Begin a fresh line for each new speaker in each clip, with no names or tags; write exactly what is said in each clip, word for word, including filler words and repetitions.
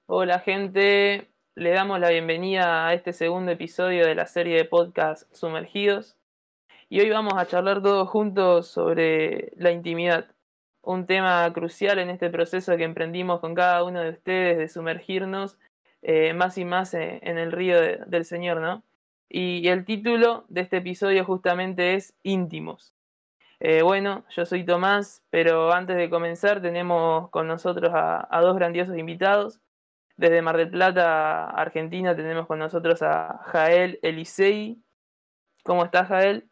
Hola gente, le damos la bienvenida a este segundo episodio de la serie de podcast Sumergidos y hoy vamos a charlar todos juntos sobre la intimidad, un tema crucial en este proceso que emprendimos con cada uno de ustedes de sumergirnos eh, más y más en, en el río de- del Señor, ¿no? Y, y el título de este episodio justamente es Íntimos. Eh, bueno, yo soy Tomás, pero antes de comenzar tenemos con nosotros a, a dos grandiosos invitados. Desde Mar del Plata, Argentina, tenemos con nosotros a Jael Elisei. ¿Cómo estás, Jael?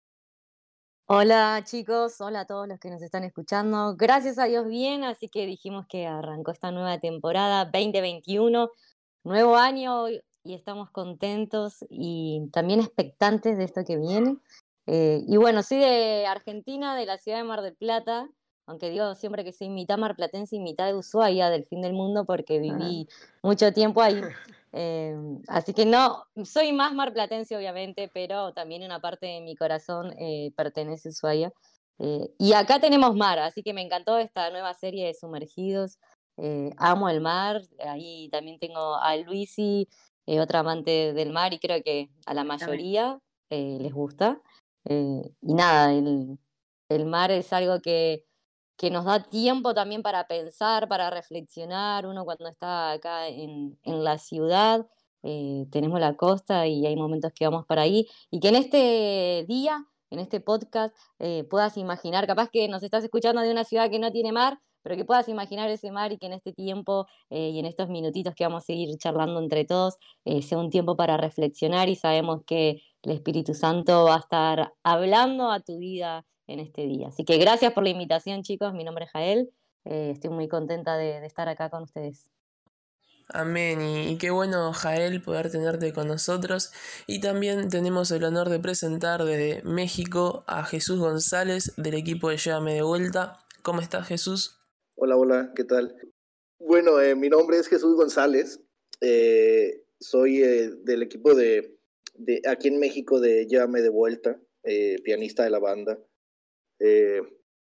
Hola chicos, hola a todos los que nos están escuchando. Gracias a Dios bien, así que dijimos que arrancó esta nueva temporada veinte veintiuno, nuevo año y estamos contentos y también expectantes de esto que viene. Eh, y bueno, soy de Argentina, de la ciudad de Mar del Plata, aunque digo siempre que soy mitad marplatense y mitad de Ushuaia, del fin del mundo, porque viví mucho tiempo ahí. Eh, Así que no, soy más marplatense obviamente, pero también una parte de mi corazón eh, pertenece a Ushuaia. Eh, y acá tenemos mar, así que me encantó esta nueva serie de Sumergidos. Eh, amo el mar, ahí también tengo a Luisi, eh, otra amante del mar, y creo que a la
Exactamente.
mayoría eh, les gusta. Eh, y nada, el, el mar es algo que que nos da tiempo también para pensar, para reflexionar. Uno cuando está acá en, en la ciudad, eh, tenemos la costa y hay momentos que vamos para ahí. Y que en este día, en este podcast, eh, puedas imaginar, capaz que nos estás escuchando de una ciudad que no tiene mar, pero que puedas imaginar ese mar y que en este tiempo eh, y en estos minutitos que vamos a seguir charlando entre todos, eh, sea un tiempo para reflexionar y sabemos que el Espíritu Santo va a estar hablando a tu vida en este día. Así que gracias por la invitación, chicos. Mi nombre es Jael. Eh, estoy muy contenta de, de estar acá con ustedes.
Amén, y, y qué bueno, Jael, poder tenerte con nosotros. Y también tenemos el honor de presentar desde México a Jesús González del equipo de Llévame de Vuelta. ¿Cómo estás, Jesús?
Hola, hola, ¿qué tal? Bueno, eh, mi nombre es Jesús González. Eh, soy eh, del equipo de, de aquí en México de Llévame de Vuelta, eh, pianista de la banda. Eh,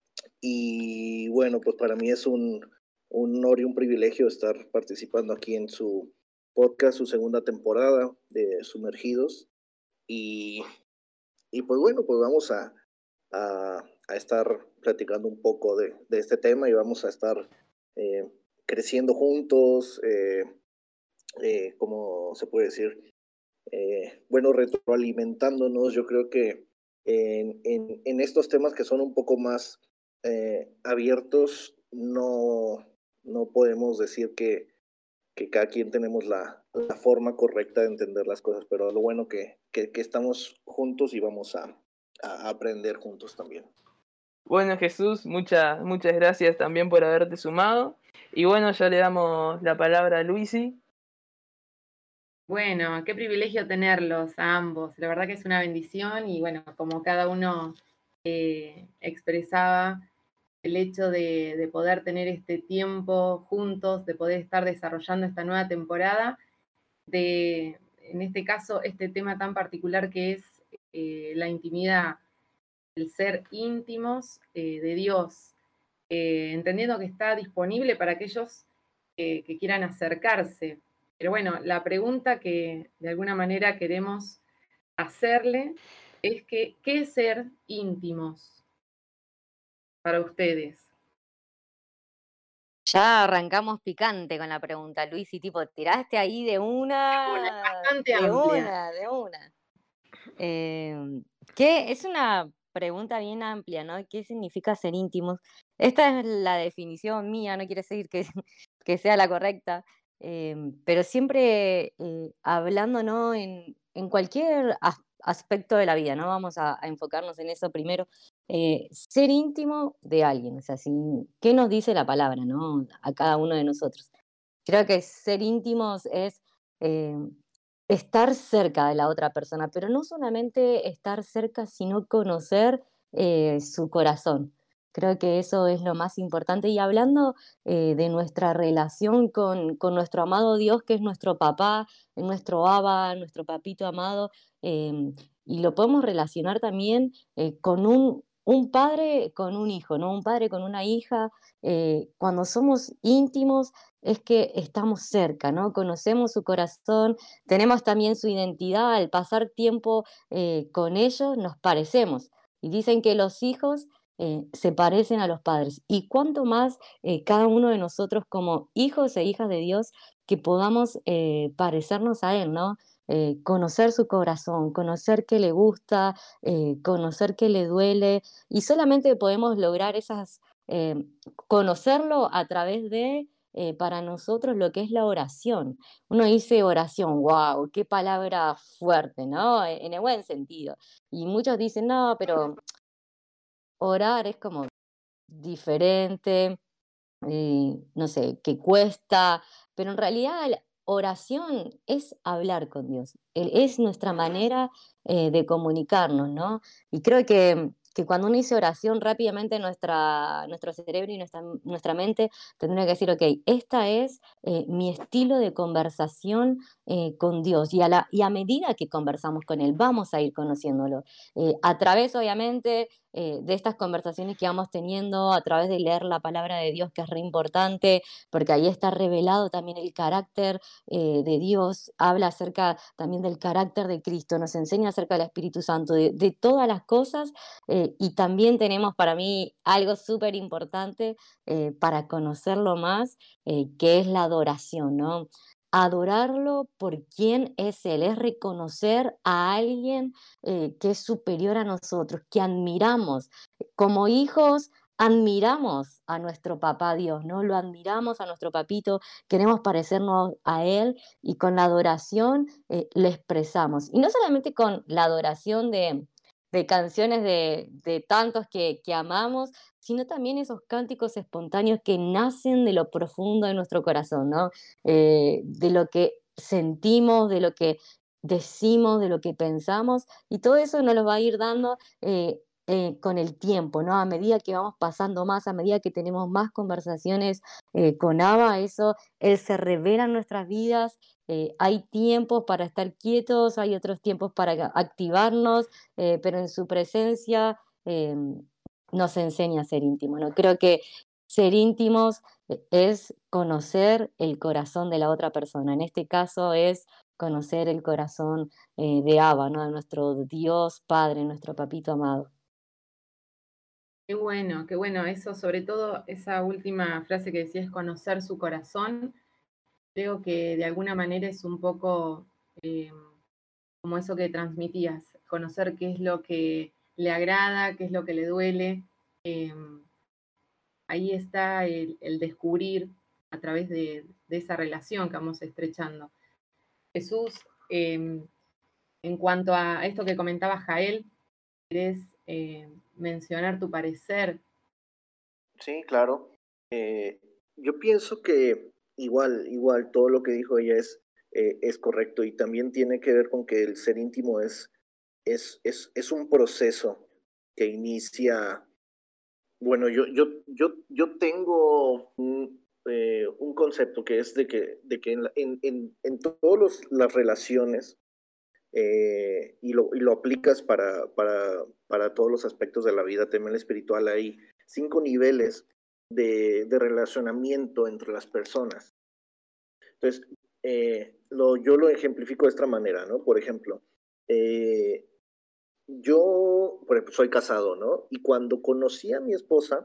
y bueno, pues para mí es un, un honor y un privilegio estar participando aquí en su podcast, su segunda temporada de Sumergidos. Y, y pues bueno, pues vamos a, a, a estar platicando un poco de, de este tema y vamos a estar eh, creciendo juntos, eh, eh, ¿cómo se puede decir? Eh, bueno, retroalimentándonos. Yo creo que en, en, en estos temas que son un poco más eh, abiertos, no, no podemos decir que, que cada quien tenemos la, la forma correcta de entender las cosas, pero lo bueno que, que, que estamos juntos y vamos a, a aprender juntos también.
Bueno, Jesús, muchas, muchas gracias también por haberte sumado. Y bueno, ya le damos la palabra a Luisi.
Bueno, qué privilegio tenerlos a ambos. La verdad que es una bendición y bueno, como cada uno eh, expresaba, el hecho de, de poder tener este tiempo juntos, de poder estar desarrollando esta nueva temporada, de, en este caso, este tema tan particular que es eh, la intimidad, el ser íntimos eh, de Dios, eh, entendiendo que está disponible para aquellos que, que quieran acercarse. Pero bueno, la pregunta que de alguna manera queremos hacerle es que, ¿qué es ser íntimos para ustedes?
Ya arrancamos picante con la pregunta, Luis, y tipo, tiraste ahí de
Una,
una,
bastante
de
amplia.
una, de una. Eh, ¿qué? Es una pregunta bien amplia, ¿no? ¿Qué significa ser íntimos? Esta es la definición mía, no quiere decir que, que sea la correcta, eh, pero siempre eh, hablando, ¿no? En, en cualquier as- aspecto de la vida, ¿no? Vamos a, a enfocarnos en eso primero. Eh, ser íntimo de alguien, o sea, sin- ¿qué nos dice la palabra, ¿no? A cada uno de nosotros. Creo que ser íntimos es eh, estar cerca de la otra persona, pero no solamente estar cerca, sino conocer eh, su corazón. Creo que eso es lo más importante. Y hablando eh, de nuestra relación con, con nuestro amado Dios, que es nuestro papá, nuestro Abba, nuestro papito amado, eh, y lo podemos relacionar también eh, con un, un padre con un hijo, ¿no? Un padre con una hija, eh, cuando somos íntimos es que estamos cerca, ¿no? Conocemos su corazón, tenemos también su identidad, al pasar tiempo eh, con ellos nos parecemos. Y dicen que los hijos eh, se parecen a los padres. Y cuánto más eh, cada uno de nosotros como hijos e hijas de Dios que podamos eh, parecernos a Él, ¿no? Eh, conocer su corazón, conocer qué le gusta, eh, conocer qué le duele, y solamente podemos lograr esas, eh, conocerlo a través de, eh, para nosotros, lo que es la oración. Uno dice oración, wow, qué palabra fuerte, ¿no? En en el buen sentido. Y muchos dicen, no, pero orar es como diferente, eh, no sé, que cuesta, pero en realidad la oración es hablar con Dios, Él es nuestra manera eh, de comunicarnos, ¿no? Y creo que, que cuando uno dice oración, rápidamente nuestra, nuestro cerebro y nuestra, nuestra mente tendría que decir, ok, esta es eh, mi estilo de conversación eh, con Dios, y a, la, y a medida que conversamos con Él, vamos a ir conociéndolo. Eh, a través, obviamente, eh, de estas conversaciones que vamos teniendo, a través de leer la palabra de Dios, que es re importante, porque ahí está revelado también el carácter eh, de Dios, habla acerca también del carácter de Cristo, nos enseña acerca del Espíritu Santo, de, de todas las cosas, eh, y también tenemos para mí algo súper importante eh, para conocerlo más, eh, que es la adoración, ¿no? Adorarlo por quien es Él, es reconocer a alguien eh, que es superior a nosotros, que admiramos. Como hijos, admiramos a nuestro papá Dios, ¿no? Lo admiramos a nuestro papito, queremos parecernos a Él, y con la adoración eh, le expresamos. Y no solamente con la adoración de, de canciones de, de tantos que, que amamos, sino también esos cánticos espontáneos que nacen de lo profundo de nuestro corazón, ¿no? Eh, de lo que sentimos, de lo que decimos, de lo que pensamos, y todo eso nos lo va a ir dando eh, eh, con el tiempo, ¿no? A medida que vamos pasando más, a medida que tenemos más conversaciones eh, con Abba, eso, Él se revela en nuestras vidas. Eh, hay tiempos para estar quietos, hay otros tiempos para ga- activarnos, eh, pero en su presencia eh, nos enseña a ser íntimos, ¿no? Creo que ser íntimos eh, es conocer el corazón de la otra persona. En este caso es conocer el corazón eh, de Abba, ¿no? De nuestro Dios Padre, nuestro papito amado.
Qué bueno, qué bueno. Eso, sobre todo, esa última frase que decías, conocer su corazón, creo que de alguna manera es un poco eh, como eso que transmitías, conocer qué es lo que le agrada, qué es lo que le duele. Eh, ahí está el, el descubrir a través de, de esa relación que vamos estrechando. Jesús, eh, en cuanto a esto que comentaba Jael, ¿querés eh, mencionar tu parecer?
Sí, claro. Eh, yo pienso que igual, igual, todo lo que dijo ella es, eh, es correcto, y también tiene que ver con que el ser íntimo es, es, es, es un proceso que inicia. Bueno, yo, yo, yo, yo tengo un, eh, un concepto que es de que, de que en, la- en, en, en todas las relaciones, eh, y, lo, y lo aplicas para, para, para todos los aspectos de la vida, también espiritual, hay cinco niveles de, de relacionamiento entre las personas. Entonces, eh, lo, yo lo ejemplifico de esta manera, ¿no? Por ejemplo, eh, yo, por ejemplo, soy casado, ¿no? Y cuando conocí a mi esposa,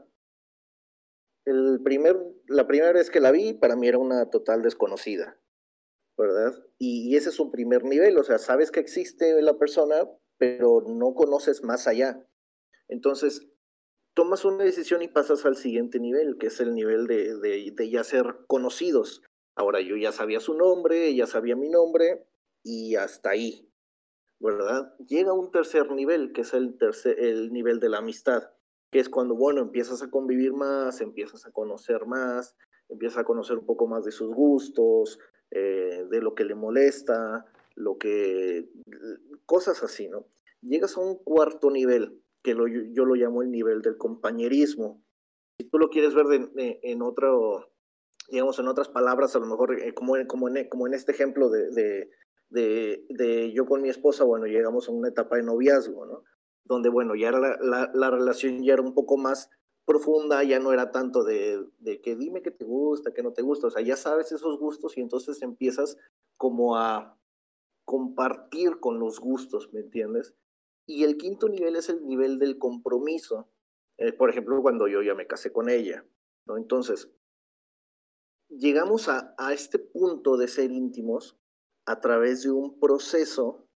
el primer, la primera vez que la vi, para mí era una total desconocida, ¿verdad? Y, y ese es un primer nivel, o sea, sabes que existe la persona, pero no conoces más allá. Entonces, tomas una decisión y pasas al siguiente nivel, que es el nivel de, de, de ya ser conocidos. Ahora yo ya sabía su nombre, ella sabía mi nombre, y hasta ahí, ¿verdad? Llega un tercer nivel, que es el, tercer, el nivel de la amistad, que es cuando, bueno, empiezas a convivir más, empiezas a conocer más, empiezas a conocer un poco más de sus gustos, eh, de lo que le molesta, lo que, cosas así, ¿no? Llegas a un cuarto nivel, que lo, yo lo llamo el nivel del compañerismo. Si tú lo quieres ver de, de, en otro, digamos, en otras palabras, a lo mejor eh, como, en, como, en, como en este ejemplo de, de, de, de yo con mi esposa, bueno, llegamos a una etapa de noviazgo, ¿no? donde, bueno, ya era la, la, la relación ya era un poco más profunda, ya no era tanto de, de que dime que te gusta, que no te gusta, o sea, ya sabes esos gustos y entonces empiezas como a compartir con los gustos, ¿me entiendes? Y el quinto nivel es el nivel del compromiso, eh, por ejemplo, cuando yo ya me casé con ella, ¿no? Entonces, llegamos a, a este punto de ser íntimos a través de un proceso,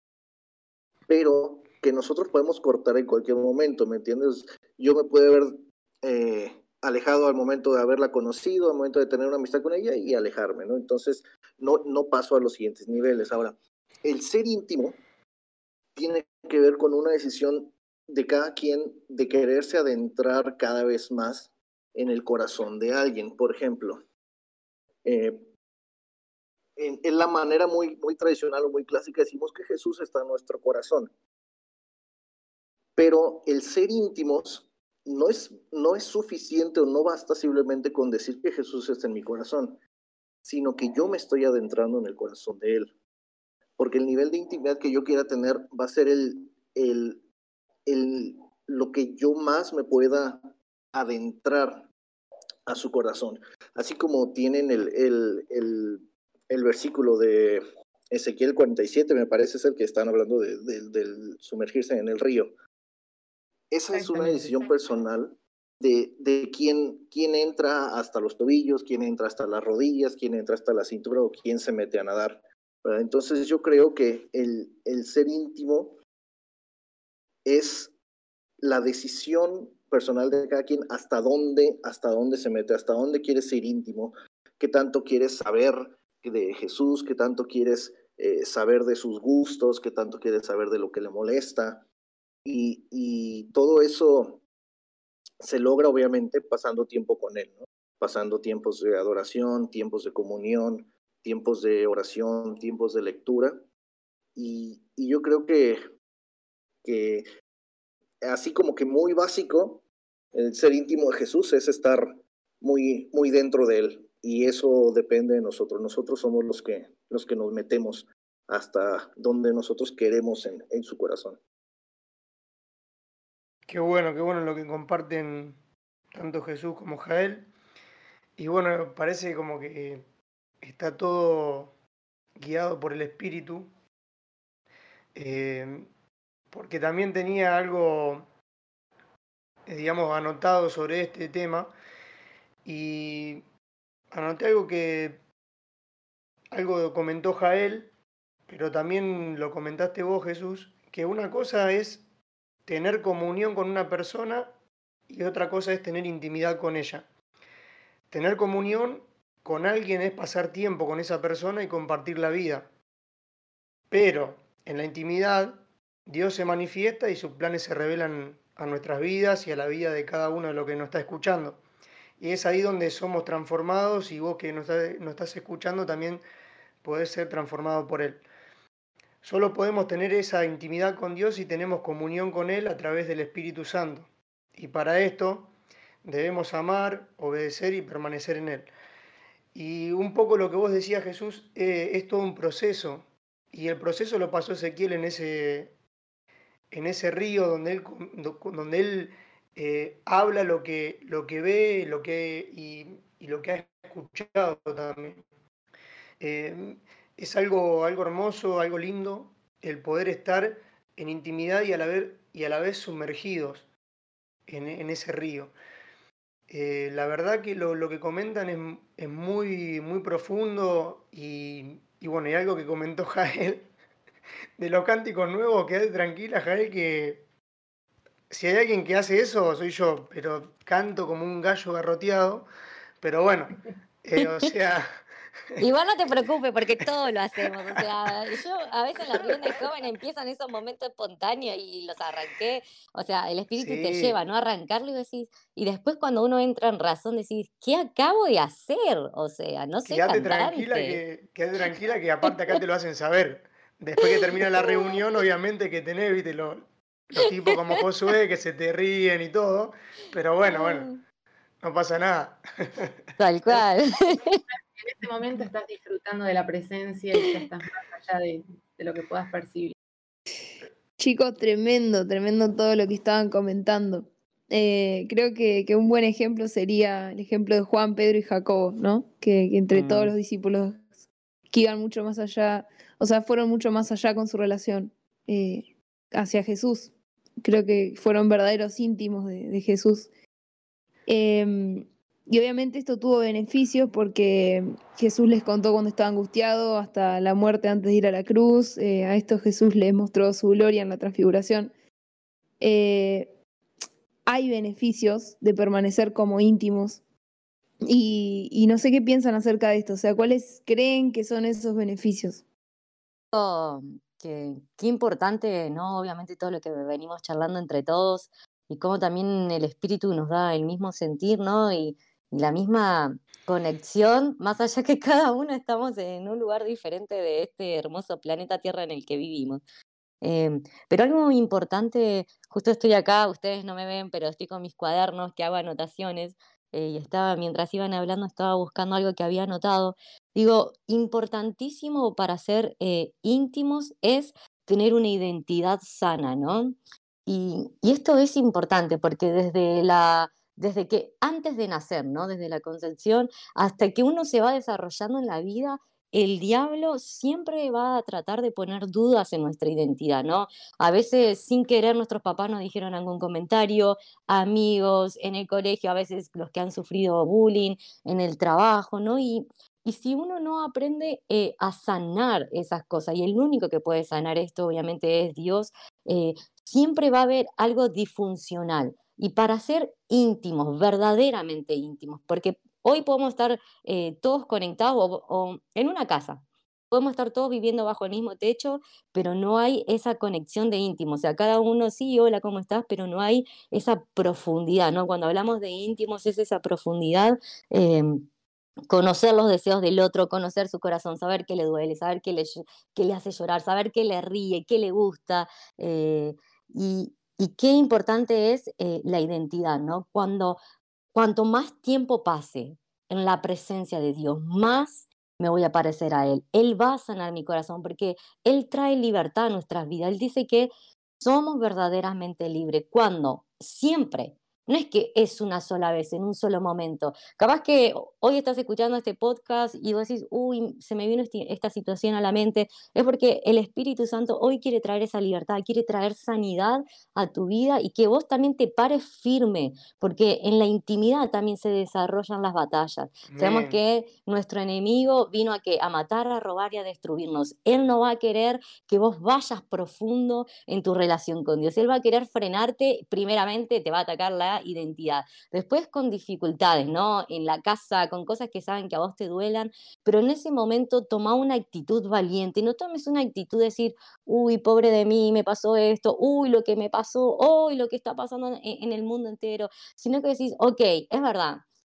pero que nosotros podemos cortar en cualquier momento, ¿me entiendes? Yo me puedo haber eh, alejado al momento de haberla conocido, al momento de tener una amistad con ella y alejarme, ¿no? Entonces, no, no paso a los siguientes niveles. Ahora, el ser íntimo tiene que ver con una decisión de cada quien de quererse adentrar cada vez más en el corazón de alguien. Por ejemplo, eh, en, en la manera muy, muy tradicional o muy clásica decimos que Jesús está en nuestro corazón. Pero el ser íntimos no es, no es suficiente o no basta simplemente con decir que Jesús está en mi corazón, sino que yo me estoy adentrando en el corazón de Él. Porque el nivel de intimidad que yo quiera tener va a ser el, el, el, lo que yo más me pueda adentrar a su corazón. Así como tienen el, el, el, el versículo de Ezequiel cuarenta y siete, me parece es el que están hablando de, de, del sumergirse en el río. Esa es una decisión personal de, de quién, quién entra hasta los tobillos, quién entra hasta las rodillas, quién entra hasta la cintura o quién se mete a nadar. ¿Verdad? Entonces yo creo que el, el ser íntimo es la decisión personal de cada quien hasta dónde, hasta dónde se mete, hasta dónde quieres ser íntimo, qué tanto quieres saber de Jesús, qué tanto quieres eh, saber de sus gustos, qué tanto quieres saber de lo que le molesta. Y, y todo eso se logra obviamente pasando tiempo con Él, ¿no? Pasando tiempos de adoración, tiempos de comunión, tiempos de oración, tiempos de lectura. Y, y yo creo que, que así como que muy básico, el ser íntimo de Jesús es estar muy, muy dentro de Él. Y eso depende de nosotros. Nosotros somos los que, los que nos metemos hasta donde nosotros queremos en, en su corazón.
Qué bueno, qué bueno lo que comparten tanto Jesús como Jael. Y bueno, parece como que está todo guiado por el Espíritu, eh, porque también tenía algo, eh, digamos, anotado sobre este tema, y anoté algo que algo comentó Jael, pero también lo comentaste vos, Jesús, que una cosa es tener comunión con una persona y otra cosa es tener intimidad con ella. Tener comunión con alguien es pasar tiempo con esa persona y compartir la vida. Pero en la intimidad, Dios se manifiesta y sus planes se revelan a nuestras vidas y a la vida de cada uno de los que nos está escuchando. Y es ahí donde somos transformados y vos que nos estás, nos estás escuchando también podés ser transformado por Él. Solo podemos tener esa intimidad con Dios si tenemos comunión con Él a través del Espíritu Santo. Y para esto debemos amar, obedecer y permanecer en Él. Y un poco lo que vos decías, Jesús, eh, es todo un proceso. Y el proceso lo pasó Ezequiel en ese, en ese río donde él, donde él eh, habla lo que, lo que ve lo que, y, y lo que ha escuchado también. Eh, es algo, algo hermoso, algo lindo, el poder estar en intimidad y a la vez, y a la vez sumergidos en, en ese río. Eh, la verdad que lo, lo que comentan es, es muy, muy profundo y, y bueno, y algo que comentó Jael de los cánticos nuevos, quédate tranquila, Jael, que si hay alguien que hace eso, soy yo, pero canto como un gallo garroteado, pero bueno, eh, o sea...
Igual no te preocupes, porque todos lo hacemos. O sea, yo a veces en las reuniones jóvenes empiezan esos momentos espontáneos y los arranqué. O sea, el espíritu te
Sí,
lleva, ¿no? A arrancarlo y decís, y después cuando uno entra en razón decís, ¿qué acabo de hacer? O sea, no soy
quédate tranquila
cantante.
que, quédate tranquila que aparte acá te lo hacen saber. Después que termina la reunión, obviamente que tenés, viste, los, los tipos como Josué que se te ríen y todo, pero bueno, bueno, no pasa nada.
Tal cual.
En ese momento estás disfrutando de la presencia y ya estás más allá de, de lo que puedas percibir.
Chicos, tremendo, tremendo todo lo que estaban comentando. Eh, creo que, que un buen ejemplo sería el ejemplo de Juan, Pedro y Jacobo, ¿no? Que, que entre todos
Mm.
los discípulos que iban mucho más allá, o sea, fueron mucho más allá con su relación eh, hacia Jesús. Creo que fueron verdaderos íntimos de, de Jesús. Eh, y obviamente esto tuvo beneficios porque Jesús les contó cuando estaba angustiado hasta la muerte antes de ir a la cruz. Eh, a esto Jesús les mostró su gloria en la transfiguración. Eh, hay beneficios de permanecer como íntimos y, y no sé qué piensan acerca de esto. O sea, ¿cuáles creen que son esos beneficios?
Oh, qué, qué importante, ¿no? Obviamente todo lo que venimos charlando entre todos y cómo también el espíritu nos da el mismo sentir, ¿no? Y, y la misma conexión, más allá que cada uno estamos en un lugar diferente de este hermoso planeta Tierra en el que vivimos. Em, pero algo muy importante, justo estoy acá, ustedes no me ven, pero estoy con mis cuadernos que hago anotaciones, eh, y estaba, mientras iban hablando, estaba buscando algo que había anotado. Digo, importantísimo para ser eh, íntimos es tener una identidad sana, ¿no? Y, y esto es importante porque desde la, desde que antes de nacer, ¿no? Desde la concepción hasta que uno se va desarrollando en la vida, el diablo siempre va a tratar de poner dudas en nuestra identidad, ¿no? A veces sin querer nuestros papás nos dijeron algún comentario, amigos en el colegio, a veces los que han sufrido bullying en el trabajo, ¿no? Y, y si uno no aprende eh, a sanar esas cosas, y el único que puede sanar esto obviamente es Dios, eh, siempre va a haber algo disfuncional. Y para ser íntimos, verdaderamente íntimos, porque hoy podemos estar eh, todos conectados o, o en una casa. Podemos estar todos viviendo bajo el mismo techo, pero no hay esa conexión de íntimo. O sea, cada uno sí, hola, ¿cómo estás? Pero no hay esa profundidad, ¿no? Cuando hablamos de íntimos es esa profundidad, eh, conocer los deseos del otro, conocer su corazón, saber qué le duele, saber qué le, ll- qué le hace llorar, saber qué le ríe, qué le gusta. eh, y, y qué importante es eh, la identidad, ¿no? Cuando Cuanto más tiempo pase en la presencia de Dios, más me voy a parecer a Él. Él va a sanar mi corazón porque Él trae libertad a nuestras vidas. Él dice que somos verdaderamente libres. ¿Cuándo? Siempre. No es que es una sola vez, en un solo momento. Capaz que hoy estás escuchando este podcast y vos decís, uy, se me vino este- esta situación a la mente. Es porque el Espíritu Santo hoy quiere traer esa libertad, quiere traer sanidad a tu vida y que vos también te pares firme porque en la intimidad también se desarrollan las batallas. Sabemos
Amén.
que nuestro enemigo vino a, que, a matar, a robar y a destruirnos. Él no va a querer que vos vayas profundo en tu relación con Dios. Él va a querer frenarte, primeramente te va a atacar la identidad, después con dificultades, ¿no? En la casa, con cosas que saben que a vos te duelan, pero en ese momento toma una actitud valiente, no tomes una actitud de decir, uy, pobre de mí, me pasó esto, uy, lo que me pasó, uy, lo que está pasando en, en el mundo entero, sino que decís, ok, es verdad,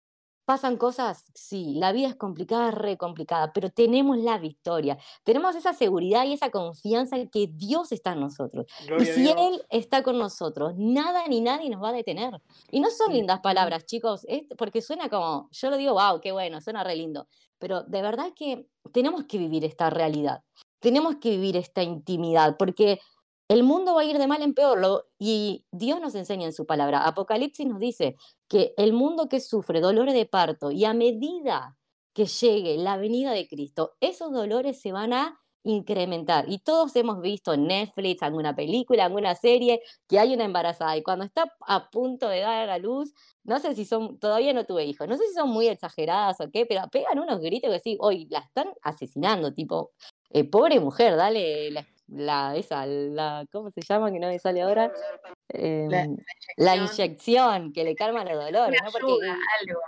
pasan cosas, sí, la vida es complicada, es re complicada, pero tenemos la victoria, tenemos esa seguridad y esa confianza en que Dios está en nosotros. Y
Gloria a
si Él
Dios.
está con nosotros, nada ni nadie nos va a detener. Y no son
Sí.
lindas palabras, chicos, es porque suena como, yo lo digo, wow, qué bueno, suena re lindo, pero de verdad que tenemos que vivir esta realidad, tenemos que vivir esta intimidad, porque el mundo va a ir de mal en peor, lo- y Dios nos enseña en su palabra. Apocalipsis nos dice que el mundo que sufre dolores de parto y a medida que llegue la venida de Cristo, esos dolores se van a incrementar. Y todos hemos visto en Netflix, alguna película, alguna serie, que hay una embarazada y cuando está a punto de dar a la luz, no sé si son, todavía no tuve hijos, no sé si son muy exageradas o qué, pero pegan unos gritos que sí, hoy la están asesinando, tipo, eh, pobre mujer, dale la, la, esa, la, ¿cómo se llama? Que no me sale ahora.
La,
Em,
la
la
inyección,
inyección que le calma los
una
dolores, ¿no? Porque
ayuda,
gri-
algo.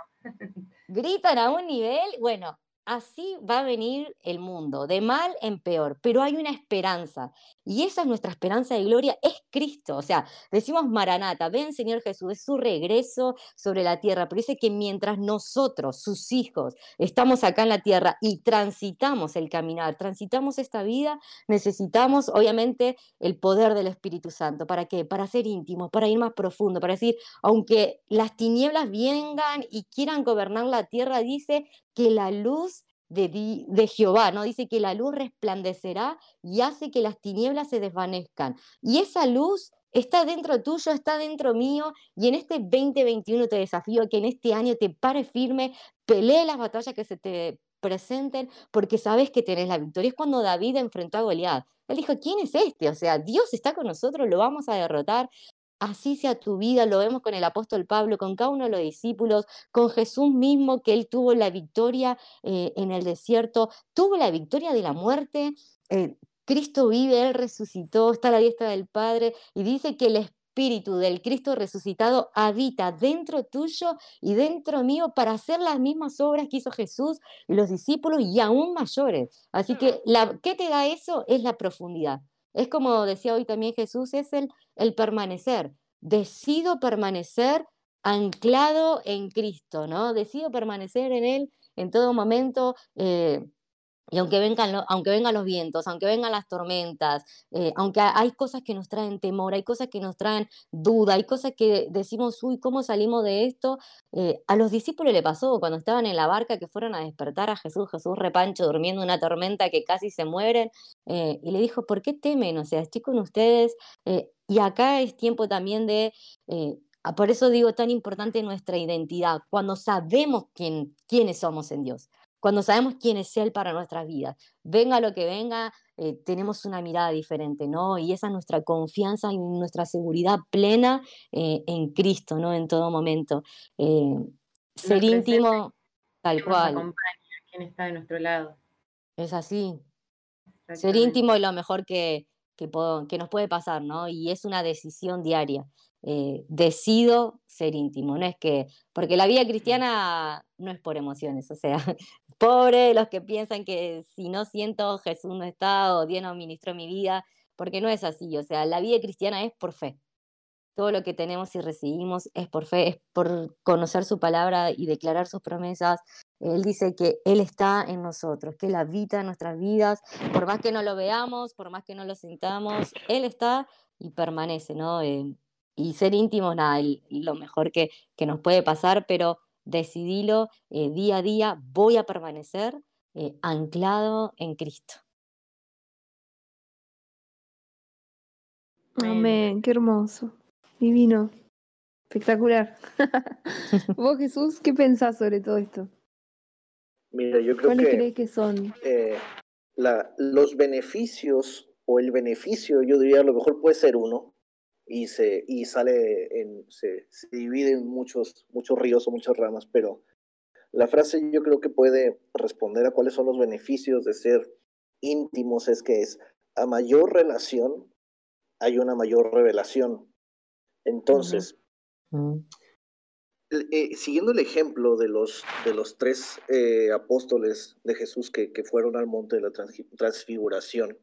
gritan a un nivel, bueno, así va a venir el mundo, de mal en peor, pero hay una esperanza. Y esa es nuestra esperanza de gloria, es Cristo. O sea, decimos Maranata, ven Señor Jesús, es su regreso sobre la tierra, pero dice que mientras nosotros, sus hijos, estamos acá en la tierra y transitamos el caminar, transitamos esta vida, necesitamos obviamente el poder del Espíritu Santo. ¿Para qué? Para ser íntimos, para ir más profundo, para decir, aunque las tinieblas vengan y quieran gobernar la tierra, dice que la luz de, di- de Jehová, ¿no? Dice que la luz resplandecerá y hace que las tinieblas se desvanezcan. Y esa luz está dentro tuyo, está dentro mío, y en este veinte veintiuno te desafío a que en este año te pares firme, pelee las batallas que se te presenten, porque sabes que tenés la victoria. Es cuando David enfrentó a Goliat. Él dijo, ¿quién es este? O sea, Dios está con nosotros, lo vamos a derrotar. Así sea tu vida, lo vemos con el apóstol Pablo, con cada uno de los discípulos, con Jesús mismo, que él tuvo la victoria eh, en el desierto, tuvo la victoria de la muerte. eh, Cristo vive, Él resucitó, está a la diestra del Padre y dice que el Espíritu del Cristo resucitado habita dentro tuyo y dentro mío para hacer las mismas obras que hizo Jesús y los discípulos y aún mayores. Así que, la, ¿qué te da eso? Es la profundidad. Es como decía hoy también Jesús, es el, el permanecer. Decido permanecer anclado en Cristo, ¿no? Decido permanecer en Él en todo momento. Eh, y aunque vengan, lo- aunque vengan los vientos, aunque vengan las tormentas, eh, aunque ha- hay cosas que nos traen temor, hay cosas que nos traen duda, hay cosas que decimos, uy, ¿cómo salimos de esto? Eh, a los discípulos le pasó cuando estaban en la barca que fueron a despertar a Jesús, Jesús repancho durmiendo en una tormenta que casi se mueren, eh, y le dijo, ¿por qué temen? O sea, estoy con ustedes. eh, y acá es tiempo también de... eh, ah, por eso digo tan importante nuestra identidad, cuando sabemos quién, quiénes somos en Dios, cuando sabemos quién es Él para nuestras vidas. Venga lo que venga, eh, tenemos una mirada diferente, ¿no? Y esa es nuestra confianza y nuestra seguridad plena eh, en Cristo, ¿no? En todo momento. Eh,
Tener
ser
presente
íntimo, tal
quién nos
cual,
acompaña, quién está de nuestro lado.
es así. Ser
Exactamente.
íntimo es lo mejor que, que, puedo- que nos puede pasar, ¿no? Y es una decisión diaria. Eh, decido ser íntimo, no es que, porque la vida cristiana no es por emociones, o sea, pobre los que piensan que si no siento Jesús no está o Dios no ministró mi vida, porque no es así, o sea, la vida cristiana es por fe. Todo lo que tenemos y recibimos es por fe, es por conocer su palabra y declarar sus promesas. Él dice que Él está en nosotros, que Él habita en nuestras vidas, por más que no lo veamos, por más que no lo sintamos, Él está y permanece, ¿no? Eh, y ser íntimos, nada, el- lo mejor que, que nos puede pasar, pero decidilo eh, día a día, voy a permanecer eh, anclado en Cristo.
Amén.
Amén, qué hermoso. Divino. Espectacular. Vos, Jesús, ¿qué pensás sobre todo esto?
Mira, yo creo
¿Cuáles
que
crees que son?
eh, la, los beneficios o el beneficio, yo diría, a lo mejor puede ser uno y, se, y sale en, se, se divide en muchos, muchos ríos o muchas ramas, pero la frase yo creo que puede responder a cuáles son los beneficios de ser íntimos es que es a mayor relación hay una mayor revelación. Entonces,
Mm.
eh, siguiendo el ejemplo de los, de los tres eh, apóstoles de Jesús que, que fueron al monte de la transfi- transfiguración,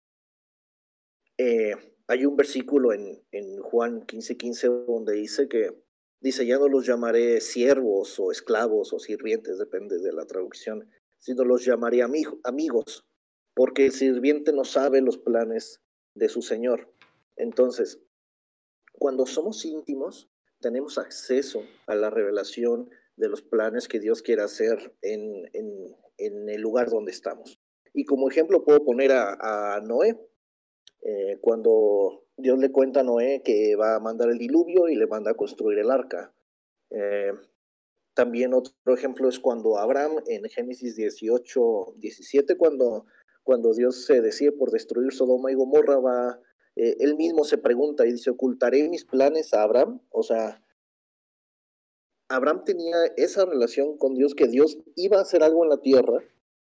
eh, hay un versículo en, en Juan quince quince donde dice que, dice, ya no los llamaré siervos o esclavos o sirvientes, depende de la traducción, sino los llamaré amigo, amigos, porque el sirviente no sabe los planes de su Señor. Entonces, cuando somos íntimos, tenemos acceso a la revelación de los planes que Dios quiere hacer en, en, en el lugar donde estamos. Y como ejemplo puedo poner a, a Noé, eh, cuando Dios le cuenta a Noé que va a mandar el diluvio y le manda a construir el arca. Eh, también otro ejemplo es cuando Abraham, en Génesis dieciocho, diecisiete, cuando, cuando Dios se decide por destruir Sodoma y Gomorra, va, eh, él mismo se pregunta y dice, ¿ocultaré mis planes a Abraham? O sea, Abraham tenía esa relación con Dios, que Dios iba a hacer algo en la tierra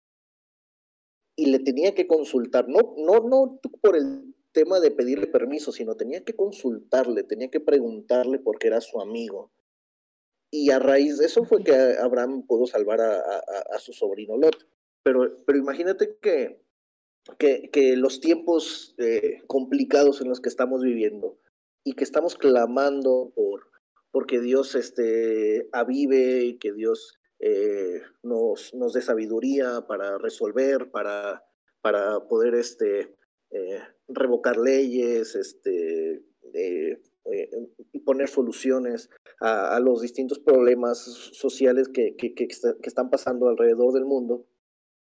y le tenía que consultar, no, no, no por el tema de pedirle permiso, sino tenía que consultarle, tenía que preguntarle porque era su amigo. Y a raíz de eso fue que Abraham pudo salvar a, a, a su sobrino Lot. Pero, pero imagínate que, que, que los tiempos eh, complicados en los que estamos viviendo y que estamos clamando por porque Dios este, avive y que Dios eh, nos, nos dé sabiduría para resolver, para, para poder este, eh, revocar leyes, este, eh, eh, y poner soluciones a, a, los distintos problemas sociales que, que, que, que están pasando alrededor del mundo.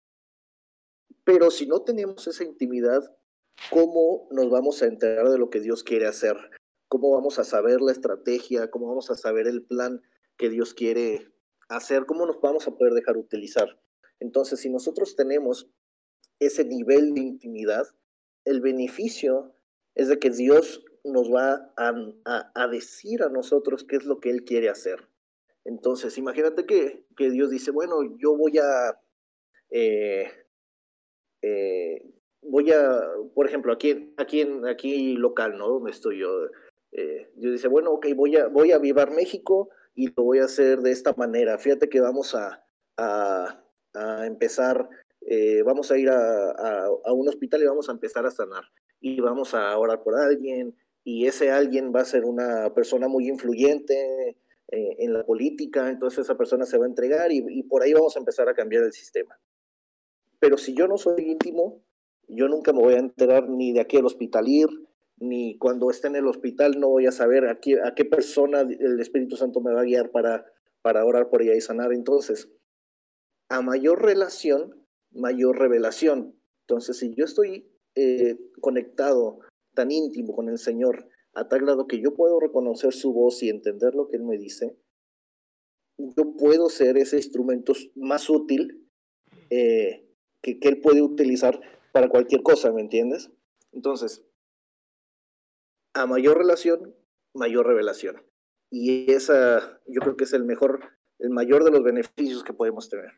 Pero si no tenemos esa intimidad, ¿cómo nos vamos a enterar de lo que Dios quiere hacer? ¿Cómo vamos a saber la estrategia? ¿Cómo vamos a saber el plan que Dios quiere hacer? ¿Cómo nos vamos a poder dejar utilizar? Entonces, si nosotros tenemos ese nivel de intimidad, el beneficio es de que Dios nos va a, a, a decir a nosotros qué es lo que Él quiere hacer. Entonces, imagínate que, que Dios dice, bueno, yo voy a... Eh, eh, voy a, por ejemplo, aquí, aquí, en, aquí local, ¿no? Donde estoy yo. Eh, yo dice, bueno, ok, voy a, voy a avivar México y lo voy a hacer de esta manera. Fíjate que vamos a, a, a empezar, eh, vamos a ir a, a, a un hospital y vamos a empezar a sanar. Y vamos a orar por alguien y ese alguien va a ser una persona muy influyente eh, en la política, entonces esa persona se va a entregar y, y por ahí vamos a empezar a cambiar el sistema. Pero si yo no soy íntimo, yo nunca me voy a enterar ni de a qué hospital ir, ni cuando esté en el hospital no voy a saber a qué, a qué persona el Espíritu Santo me va a guiar para, para orar por ella y sanar. Entonces, a mayor relación, mayor revelación. Entonces, si yo estoy eh, conectado tan íntimo con el Señor, a tal grado que yo puedo reconocer su voz y entender lo que Él me dice, yo puedo ser ese instrumento más útil eh, que, que Él puede utilizar para cualquier cosa, ¿me entiendes? Entonces, a mayor relación, mayor revelación. Y esa, yo creo que es el mejor, el mayor de los beneficios que podemos tener.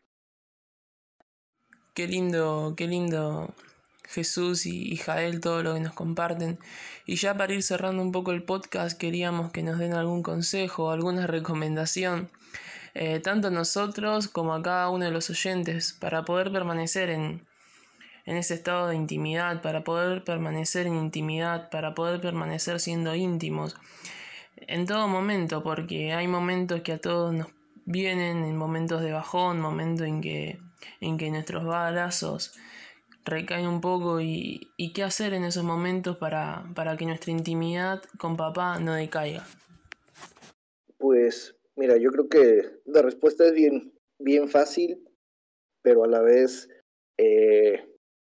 Qué lindo, qué lindo Jesús y Jael, todo lo que nos comparten. Y ya para ir cerrando un poco el podcast, queríamos que nos den algún consejo, alguna recomendación, eh, tanto a nosotros como a cada uno de los oyentes, para poder permanecer en, en ese estado de intimidad, para poder permanecer en intimidad, para poder permanecer siendo íntimos en todo momento, porque hay momentos que a todos nos vienen, en momentos de bajón, momentos en que, en que nuestros balazos recaen un poco y, y qué hacer en esos momentos para, para que nuestra intimidad con papá no decaiga.
Pues mira, yo creo que la respuesta es bien, bien fácil, pero a la vez eh,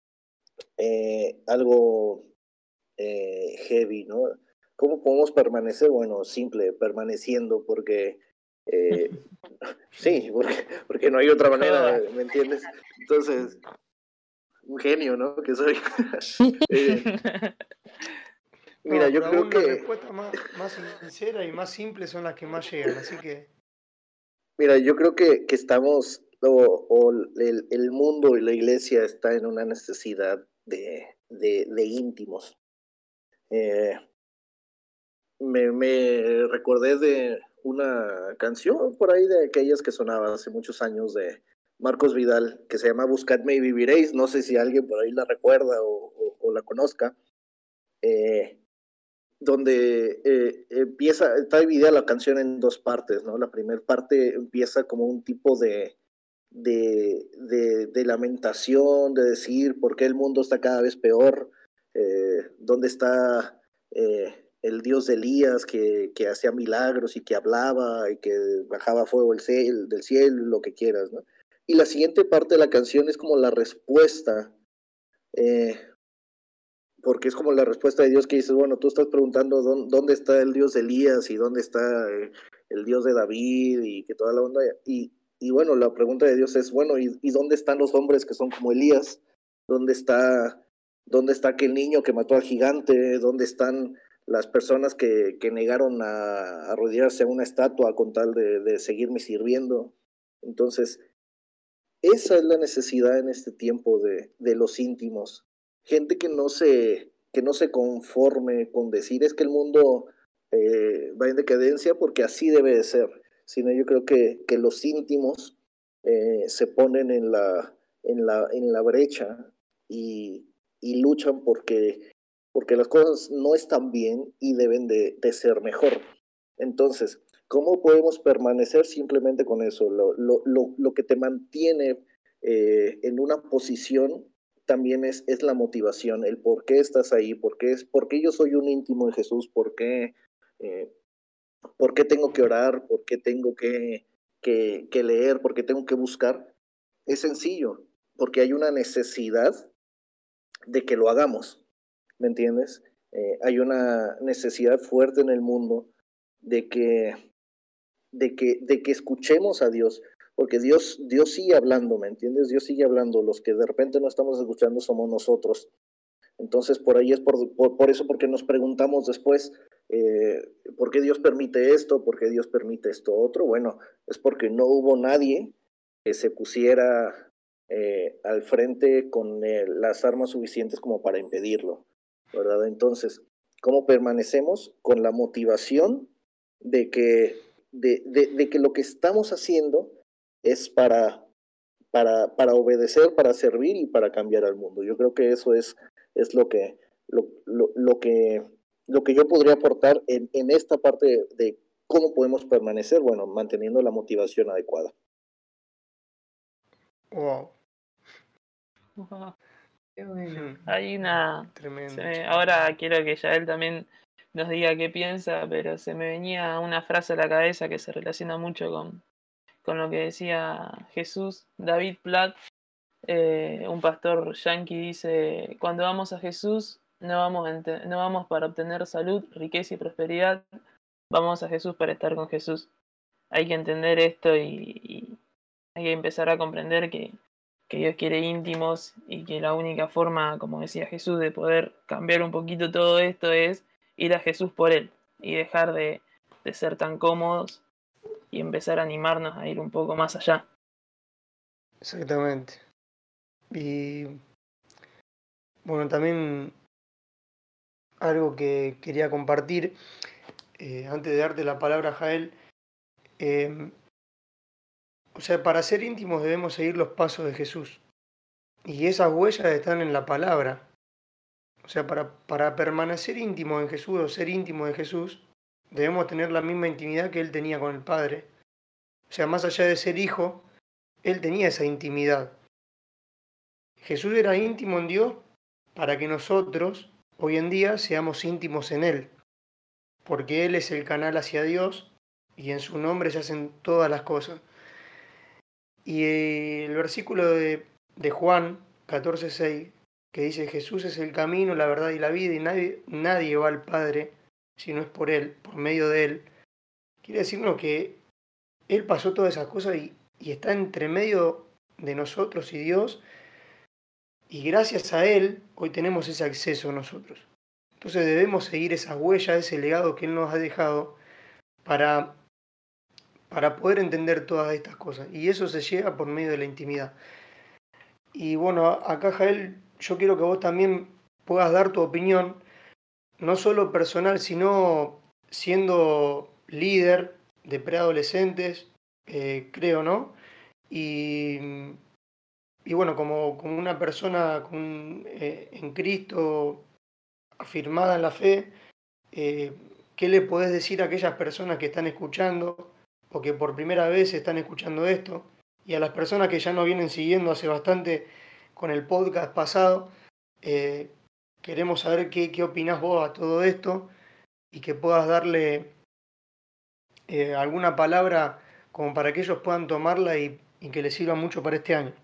eh, algo eh, heavy, ¿no? ¿Cómo podemos permanecer? Bueno, simple, permaneciendo, porque eh, sí, porque, porque no hay otra manera, ¿me entiendes? Entonces, un genio, ¿no? Que soy. eh, mira,
No,
yo
pero
creo
aún las
que,
respuestas más, más sinceras y más simples son las que más llegan, así que
mira, yo creo que, que estamos, o, o el, el mundo y la iglesia está en una necesidad de, de, de íntimos. Eh, me, me recordé de una canción por ahí de aquellas que sonaba hace muchos años de Marcos Vidal, que se llama Buscadme y viviréis. No sé si alguien por ahí la recuerda o, o, o la conozca. Eh, donde eh, empieza, está dividida la canción en dos partes, ¿no? La primera parte empieza como un tipo de, de, de, de lamentación, de decir por qué el mundo está cada vez peor, eh, dónde está eh, el Dios de Elías que, que hacía milagros y que hablaba y que bajaba fuego del cielo, del cielo, lo que quieras, ¿no? Y la siguiente parte de la canción es como la respuesta, eh, porque es como la respuesta de Dios que dices, bueno, tú estás preguntando dónde está el Dios de Elías y dónde está eh, el Dios de David y que toda la onda, y, y bueno, la pregunta de Dios es, bueno, ¿y, y dónde están los hombres que son como Elías? ¿Dónde está, dónde está aquel niño que mató al gigante? ¿Dónde están las personas que, que negaron a, a arrodillarse a una estatua con tal de, de seguirme sirviendo? Entonces, esa es la necesidad en este tiempo de, de los íntimos. Gente que no se, que no se conforme con decir es que el mundo eh, va en decadencia porque así debe de ser, sino yo creo que, que los íntimos eh, se ponen en la, en la, en la brecha y, y luchan porque, porque las cosas no están bien y deben de, de ser mejor. Entonces, ¿cómo podemos permanecer simplemente con eso? Lo, lo, lo, lo que te mantiene eh, en una posición también es, es la motivación, el por qué estás ahí, por qué, es, por qué yo soy un íntimo de Jesús, por qué, eh, por qué tengo que orar, por qué tengo que, que, que leer, por qué tengo que buscar. Es sencillo, porque hay una necesidad de que lo hagamos, ¿me entiendes? Eh, hay una necesidad fuerte en el mundo de que, de que, de que escuchemos a Dios, porque Dios, Dios sigue hablando, ¿me entiendes? Dios sigue hablando, los que de repente no estamos escuchando somos nosotros. Entonces, por ahí es por, por, por eso, porque nos preguntamos después, eh, ¿por qué Dios permite esto? ¿Por qué Dios permite esto otro? Bueno, es porque no hubo nadie que se pusiera eh, al frente con eh, las armas suficientes como para impedirlo, ¿verdad? Entonces, ¿cómo permanecemos? Con la motivación de que, de, de, de que lo que estamos haciendo es para, para, para obedecer, para servir y para cambiar al mundo. Yo creo que eso es, es lo, que, lo, lo, lo, que, lo que yo podría aportar en, en esta parte de, de cómo podemos permanecer, bueno, manteniendo la motivación adecuada.
Wow.
Wow.
Qué bueno.
Hay una...
Tremendo.
se me- ahora quiero que Yael también nos diga qué piensa, pero se me venía una frase a la cabeza que se relaciona mucho con, con lo que decía Jesús. David Platt, eh, un pastor yanqui, dice: cuando vamos a Jesús no vamos, a ente- no vamos para obtener salud, riqueza y prosperidad, vamos a Jesús para estar con Jesús. Hay que entender esto y, y hay que empezar a comprender que, que Dios quiere íntimos y que la única forma, como decía Jesús, de poder cambiar un poquito todo esto es ir a Jesús por Él y dejar de, de ser tan cómodos y empezar a animarnos a ir un poco más allá.
Exactamente. Y bueno, también algo que quería compartir, eh, antes de darte la palabra, Jael, eh, o sea, para ser íntimos debemos seguir los pasos de Jesús. Y esas huellas están en la palabra. O sea, para, para permanecer íntimos en Jesús o ser íntimos de Jesús, debemos tener la misma intimidad que Él tenía con el Padre. O sea, más allá de ser hijo, Él tenía esa intimidad. Jesús era íntimo en Dios para que nosotros, hoy en día, seamos íntimos en Él. Porque Él es el canal hacia Dios y en su nombre se hacen todas las cosas. Y el versículo de, de Juan catorce seis, que dice: Jesús es el camino, la verdad y la vida, y nadie, nadie va al Padre si no es por Él, por medio de Él. Quiere decirnos que Él pasó todas esas cosas y, y está entre medio de nosotros y Dios, y gracias a Él hoy tenemos ese acceso nosotros. Entonces debemos seguir esa huella, ese legado que Él nos ha dejado para, para poder entender todas estas cosas. Y eso se llega por medio de la intimidad. Y bueno, acá, Jael, yo quiero que vos también puedas dar tu opinión, no solo personal, sino siendo líder de preadolescentes, eh, creo, ¿no? Y, y bueno, como, como una persona con, eh, en Cristo, afirmada en la fe, eh, ¿qué le podés decir a aquellas personas que están escuchando o que por primera vez están escuchando esto? Y a las personas que ya nos vienen siguiendo hace bastante con el podcast pasado, eh, queremos saber qué, qué opinás vos a todo esto y que puedas darle eh, alguna palabra como para que ellos puedan tomarla y, y que les sirva mucho para este año.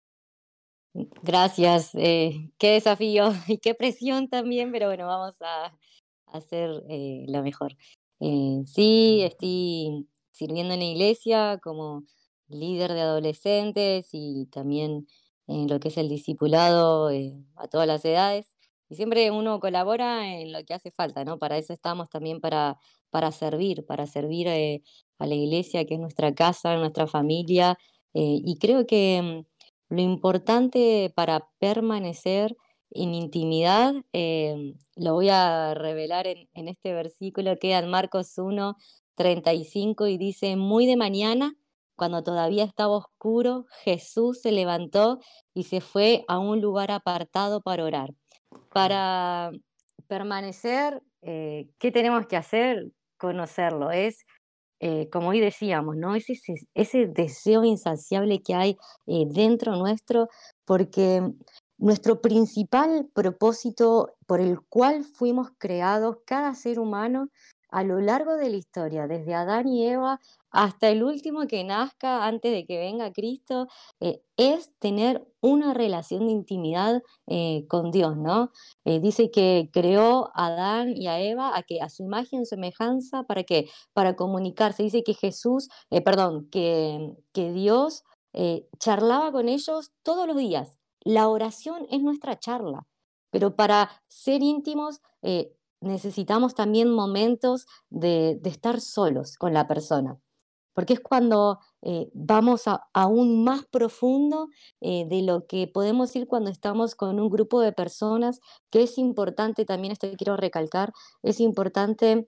Gracias, eh, qué desafío y qué presión también, pero bueno, vamos a, a hacer eh, lo mejor. Eh, sí, estoy sirviendo en la iglesia como líder de adolescentes y también en lo que es el discipulado eh, a todas las edades. Y siempre uno colabora en lo que hace falta, ¿no? Para eso estamos también, para, para servir, para servir eh, a la iglesia, que es nuestra casa, nuestra familia. eh, y creo que mm, lo importante para permanecer en intimidad, eh, lo voy a revelar en, en este versículo, que en Marcos uno, treinta y cinco, y dice: muy de mañana, cuando todavía estaba oscuro, Jesús se levantó y se fue a un lugar apartado para orar. Para permanecer, eh, ¿qué tenemos que hacer? Conocerlo. Es eh, como hoy decíamos, ¿no? Es ese, ese deseo insaciable que hay eh, dentro nuestro, porque nuestro principal propósito por el cual fuimos creados, cada ser humano, a lo largo de la historia, desde Adán y Eva hasta el último que nazca antes de que venga Cristo, eh, es tener una relación de intimidad eh, con Dios, ¿no? Eh, dice que creó a Adán y a Eva a, que, a su imagen y semejanza, ¿para qué? Para comunicarse. Dice que Jesús, eh, perdón, que, que Dios eh, charlaba con ellos todos los días. La oración es nuestra charla, pero para ser íntimos eh, necesitamos también momentos de, de estar solos con la persona, porque es cuando eh, vamos a, aún más profundo eh, de lo que podemos ir cuando estamos con un grupo de personas, que es importante, también esto que quiero recalcar, es importante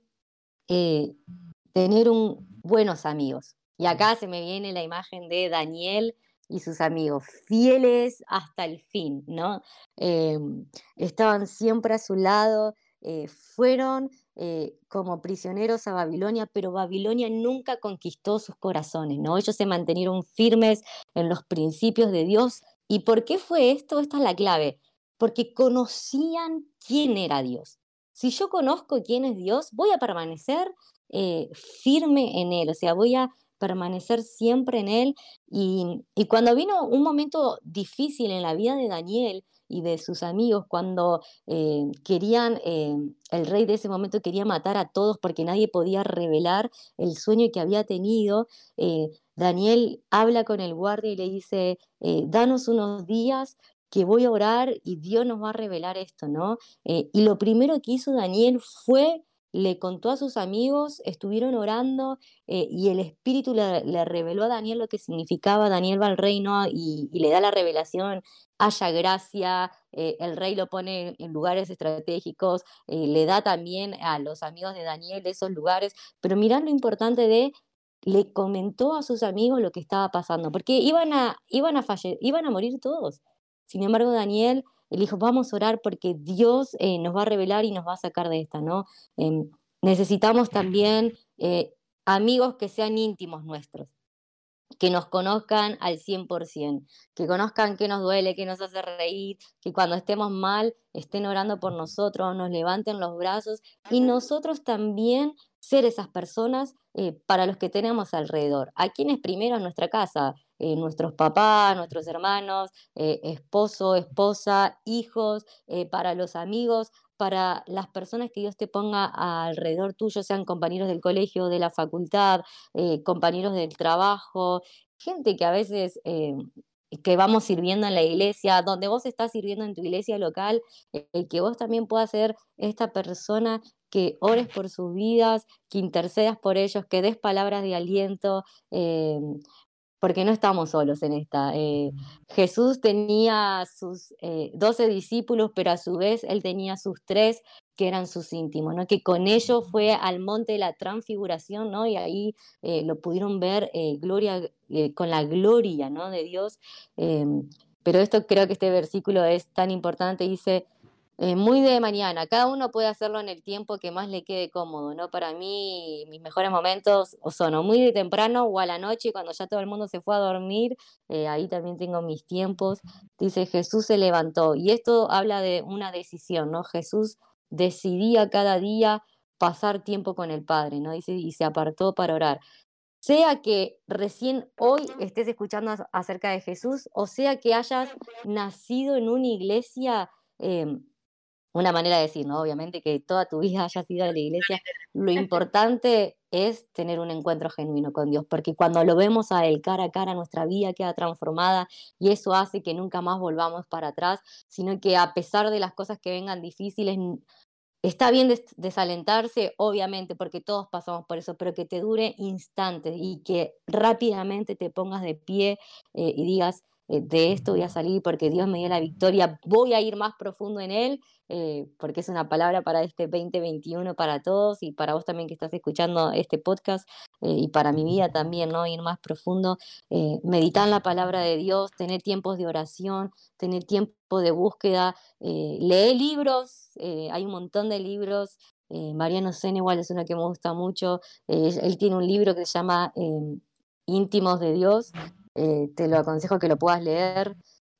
eh, tener un, buenos amigos. Y acá se me viene la imagen de Daniel y sus amigos, fieles hasta el fin, ¿no? Eh, estaban siempre a su lado, eh, fueron eh, como prisioneros a Babilonia, pero Babilonia nunca conquistó sus corazones, ¿no? Ellos se mantenieron firmes en los principios de Dios. ¿Y por qué fue esto? Esta es la clave. Porque conocían quién era Dios. Si yo conozco quién es Dios, voy a permanecer eh, firme en Él, o sea, voy a permanecer siempre en Él. Y, y cuando vino un momento difícil en la vida de Daniel y de sus amigos, cuando eh, querían, eh, el rey de ese momento quería matar a todos porque nadie podía revelar el sueño que había tenido, eh, Daniel habla con el guardia y le dice, eh, danos unos días que voy a orar y Dios nos va a revelar esto, ¿no? Eh, y lo primero que hizo Daniel fue, le contó a sus amigos, estuvieron orando eh, y el Espíritu le, le reveló a Daniel lo que significaba. Daniel va al reino y, y le da la revelación, haya gracia, eh, el rey lo pone en lugares estratégicos, eh, le da también a los amigos de Daniel esos lugares, pero mirad lo importante de le comentó a sus amigos lo que estaba pasando, porque iban a, iban a, falle iban a morir todos. Sin embargo, Daniel, él dijo, vamos a orar porque Dios eh, nos va a revelar y nos va a sacar de esta, ¿no? Eh, necesitamos también eh, amigos que sean íntimos nuestros, que nos conozcan al cien por ciento, que conozcan qué nos duele, qué nos hace reír, que cuando estemos mal estén orando por nosotros, nos levanten los brazos y nosotros también ser esas personas eh, para los que tenemos alrededor. ¿A quiénes primero? En nuestra casa, eh, nuestros papás, nuestros hermanos, eh, esposo, esposa, hijos, eh, para los amigos, para las personas que Dios te ponga alrededor tuyo, sean compañeros del colegio, de la facultad, eh, compañeros del trabajo, gente que a veces eh, que vamos sirviendo en la iglesia, donde vos estás sirviendo en tu iglesia local, eh, que vos también puedas ser esta persona que ores por sus vidas, que intercedas por ellos, que des palabras de aliento, eh, porque no estamos solos en esta. Eh, Jesús tenía sus eh, doce discípulos, pero a su vez él tenía sus tres que eran sus íntimos, ¿no? Que con ellos fue al monte de la transfiguración, ¿no? Y ahí eh, lo pudieron ver eh, gloria, eh, con la gloria, ¿no? De Dios. Eh, pero esto creo que este versículo es tan importante, dice, eh, muy de mañana, cada uno puede hacerlo en el tiempo que más le quede cómodo, ¿no? Para mí, mis mejores momentos o son o muy de temprano o a la noche, cuando ya todo el mundo se fue a dormir, eh, ahí también tengo mis tiempos. Dice, Jesús se levantó, y esto habla de una decisión, ¿no? Jesús decidía cada día pasar tiempo con el Padre, ¿no? Dice, y se apartó para orar. Sea que recién hoy estés escuchando acerca de Jesús, o sea que hayas nacido en una iglesia, eh, una manera de decir, ¿no? Obviamente que toda tu vida hayas ido a la iglesia, lo importante es tener un encuentro genuino con Dios, porque cuando lo vemos a Él cara a cara, nuestra vida queda transformada y eso hace que nunca más volvamos para atrás, sino que a pesar de las cosas que vengan difíciles, está bien des desalentarse, obviamente, porque todos pasamos por eso, pero que te dure instantes y que rápidamente te pongas de pie eh, y digas, eh, de esto voy a salir porque Dios me dio la victoria, voy a ir más profundo en Él, eh, porque es una palabra para este veinte veintiuno para todos y para vos también que estás escuchando este podcast eh, y para mi vida también, ¿no? Ir más profundo, eh, meditar en la palabra de Dios, tener tiempos de oración, tener tiempo de búsqueda, eh, lee libros, eh, hay un montón de libros, eh, Mariano Senewald es uno que me gusta mucho, eh, él tiene un libro que se llama eh, Íntimos de Dios, eh, te lo aconsejo que lo puedas leer,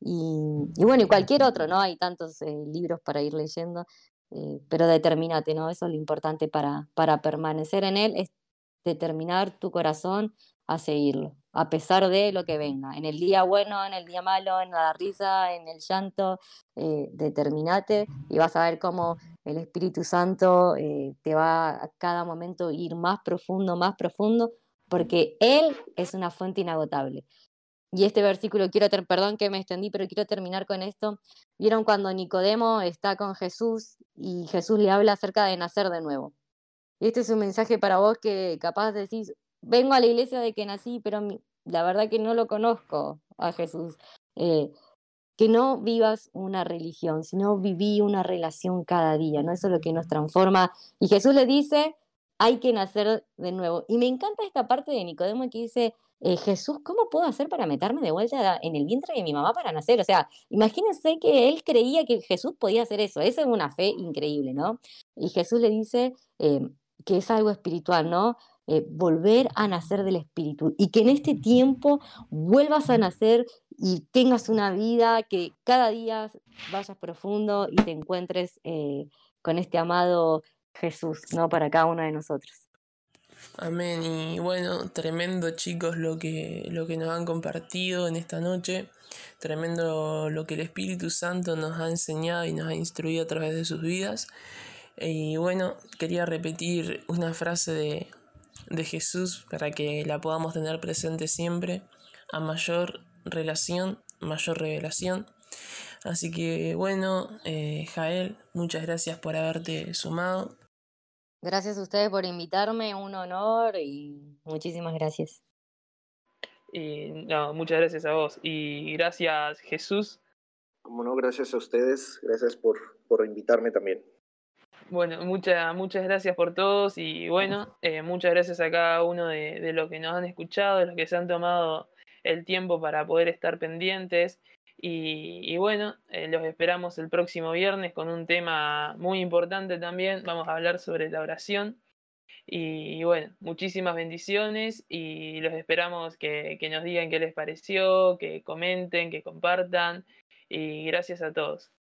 y, y bueno, y cualquier otro, ¿no? Hay tantos eh, libros para ir leyendo, eh, pero determinate, ¿no? Eso es lo importante para, para permanecer en él, es determinar tu corazón a seguirlo, a pesar de lo que venga, en el día bueno, en el día malo, en la risa, en el llanto, eh, determinate y vas a ver cómo el Espíritu Santo eh, te va a cada momento ir más profundo, más profundo, porque Él es una fuente inagotable. Y este versículo, quiero ter- perdón que me extendí, pero quiero terminar con esto. ¿Vieron cuando Nicodemo está con Jesús y Jesús le habla acerca de nacer de nuevo? Y este es un mensaje para vos que capaz decís, vengo a la iglesia de que nací, pero mi- la verdad que no lo conozco a Jesús. Eh, que no vivas una religión, sino viví una relación cada día, ¿no? Eso es lo que nos transforma. Y Jesús le dice, hay que nacer de nuevo. Y me encanta esta parte de Nicodemo que dice, eh, Jesús, ¿cómo puedo hacer para meterme de vuelta en el vientre de mi mamá para nacer? O sea, imagínense que él creía que Jesús podía hacer eso. Esa es una fe increíble, ¿no? Y Jesús le dice eh, que es algo espiritual, ¿no? Eh, volver a nacer del espíritu y que en este tiempo vuelvas a nacer y tengas una vida que cada día vayas profundo y te encuentres eh, con este amado Jesús, ¿no? Para cada uno de nosotros.
Amén. Y bueno, tremendo chicos lo que, lo que nos han compartido en esta noche. Tremendo lo que el Espíritu Santo nos ha enseñado y nos ha instruido a través de sus vidas. Y bueno, quería repetir una frase de, de Jesús para que la podamos tener presente siempre. A mayor relación, mayor revelación. Así que bueno, eh, Jael, muchas gracias por haberte sumado.
Gracias a ustedes por invitarme, un honor y muchísimas gracias.
Y no, muchas gracias a vos. Y gracias, Jesús.
Como no, gracias a ustedes, gracias por, por invitarme también.
Bueno, muchas muchas gracias por todos y bueno, eh, muchas gracias a cada uno de, de los que nos han escuchado, de los que se han tomado el tiempo para poder estar pendientes y, y bueno, eh, los esperamos el próximo viernes con un tema muy importante también. Vamos a hablar sobre la oración y, y bueno, muchísimas bendiciones y los esperamos que, que nos digan qué les pareció, que comenten, que compartan y gracias a todos.